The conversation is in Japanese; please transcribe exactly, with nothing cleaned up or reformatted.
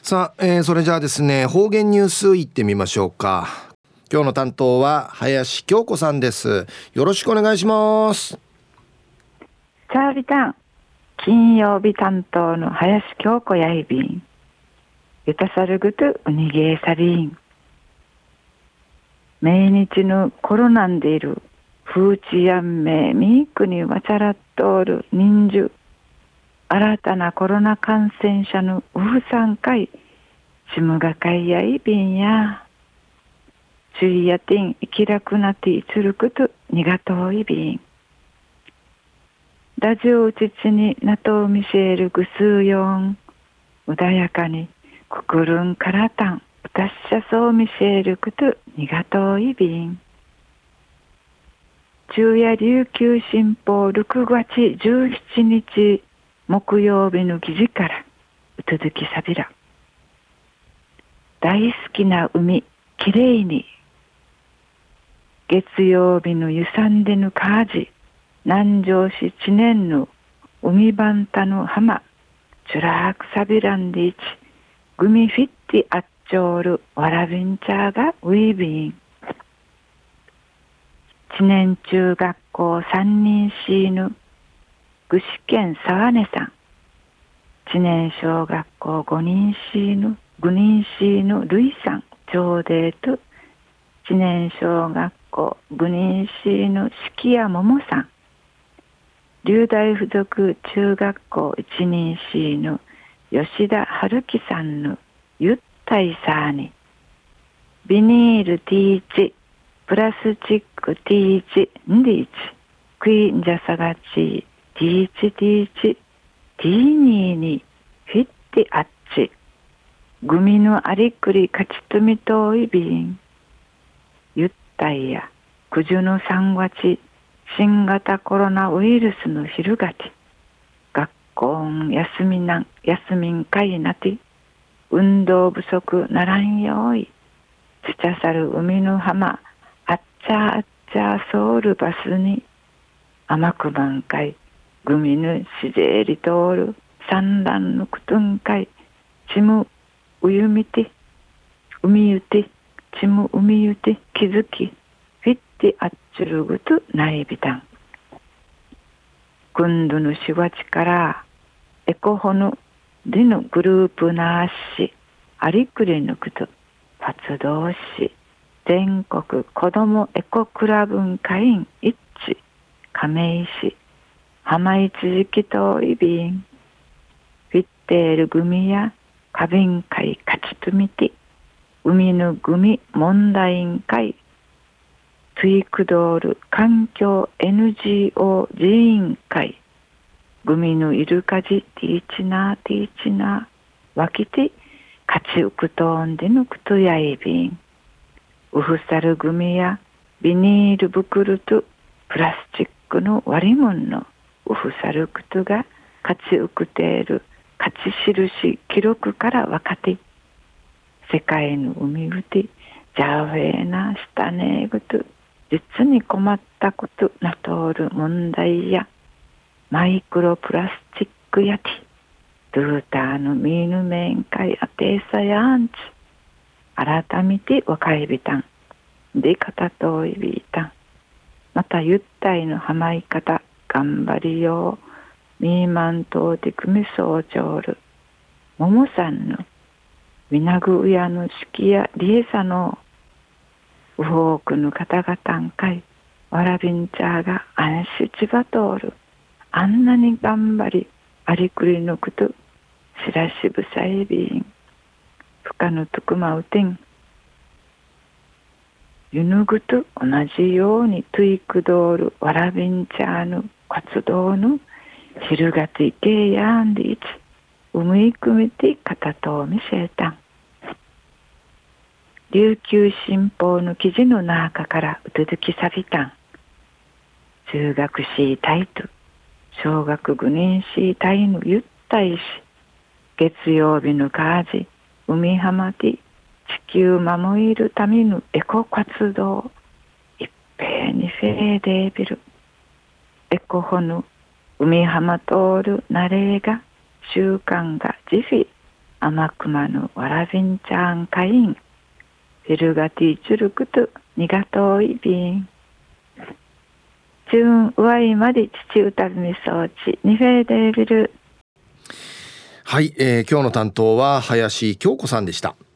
さあ、えー、それじゃあですね、方言ニュースいってみましょうか。今日の担当は林京子さんです。よろしくお願いします。 チャービタン金曜日担当の林京子やいびんゆたさるぐとうにげーさびん命日のコロナんでいる風知やんめみーくにわちゃらっとおる人数新たなコロナ感染者のうふさんかいしむがかいやいびんや注意やてん生きらくなっていつるくとにがといびんラジオうちちになとうみせるぐすうよん穏やかにくくるんからたんうたっしゃそうみせるくとにがといびん昼夜琉球新報ろくがつじゅうしちにち木曜日の記事からうつづきさびら大好きな海きれいに月曜日のゆさんでぬかじ南城市知念の海番田の浜チュラークサビランディチグミフィッティアッチョールワラビンチャーがウィービン知念中学校さんにんしーぬ具志堅沢根さん知念小学校ごにんしーぬぐにんしーぬるいさん長弟と知念小学校ぐにんしーぬ敷谷桃さん龍大附属中学校いちにんしーぬ吉田春樹さんのゆったいさーにビニール ティーチプラスチック ティーチンディーチクインジャサガチー ティーチティーチティーニーにフィッティアッチグミのありくり勝ちとみといびんゆったいやくじゅのさんがち新型コロナウイルスの昼がて学校ん休みなん休みんかいなて運動不足ならんよいちちゃさる海の浜あっちゃあっちゃソウルバスに甘くばんかいグミぬしぜり通る産卵のくとんかいちむうゆみて海ゆてちむ海ゆて気づきフィッティアッチュルグとないびたんくんどのしわちからエコホのでのグループなあしありくりぬくと活動し全国子どもエコクラブン会員一致亀井市浜一時期といびんフィッテール組や花瓶会勝ちとみて海の組問題委員会ツイクドール環境 エヌジーオー 自委員会グミのイルカジティーチナーティーチナーわきて勝ちうくとんでぬくとやいびんウフサルグミやビニール袋とプラスチックの割りもんのウフサルクトが勝ちうくている勝ち印記録からわかて世界の海うてジャーフェーなしたねぐと実に困ったことなとおる問題やマイクロプラスチックやてドゥーターのミーヌメン会あていさやんち改めて若いびたんで方といびいたんまたゆったいのはまい方頑張りようミーマントウテクミソウチョールももさんのみなぐうやの式やりえさのウホークの方々んかいわらびんちゃーが安心ちばとおるあんなに頑張りありくりのくとしらしぶさえびんふかのとくまうてんゆぬぐと同じようにトゥイクドールわらびんちゃーの活動の昼がついけやんでいちうむいくみてかたとを見せたん琉球新報の記事の中からうつづきさびたん中学しいたいと小学ぐねんしいたいのゆったいし月曜日のかじ海浜で地球守るためのエコ活動一平にフェーデービルエコホの海浜通るなれが習慣が自費甘くまぬわらびんちゃんかいんビルガティチュルクトにがといびんチューンうわいまで父歌み装置にフェーデービル。 はい、えー、今日の担当は林京子さんでした。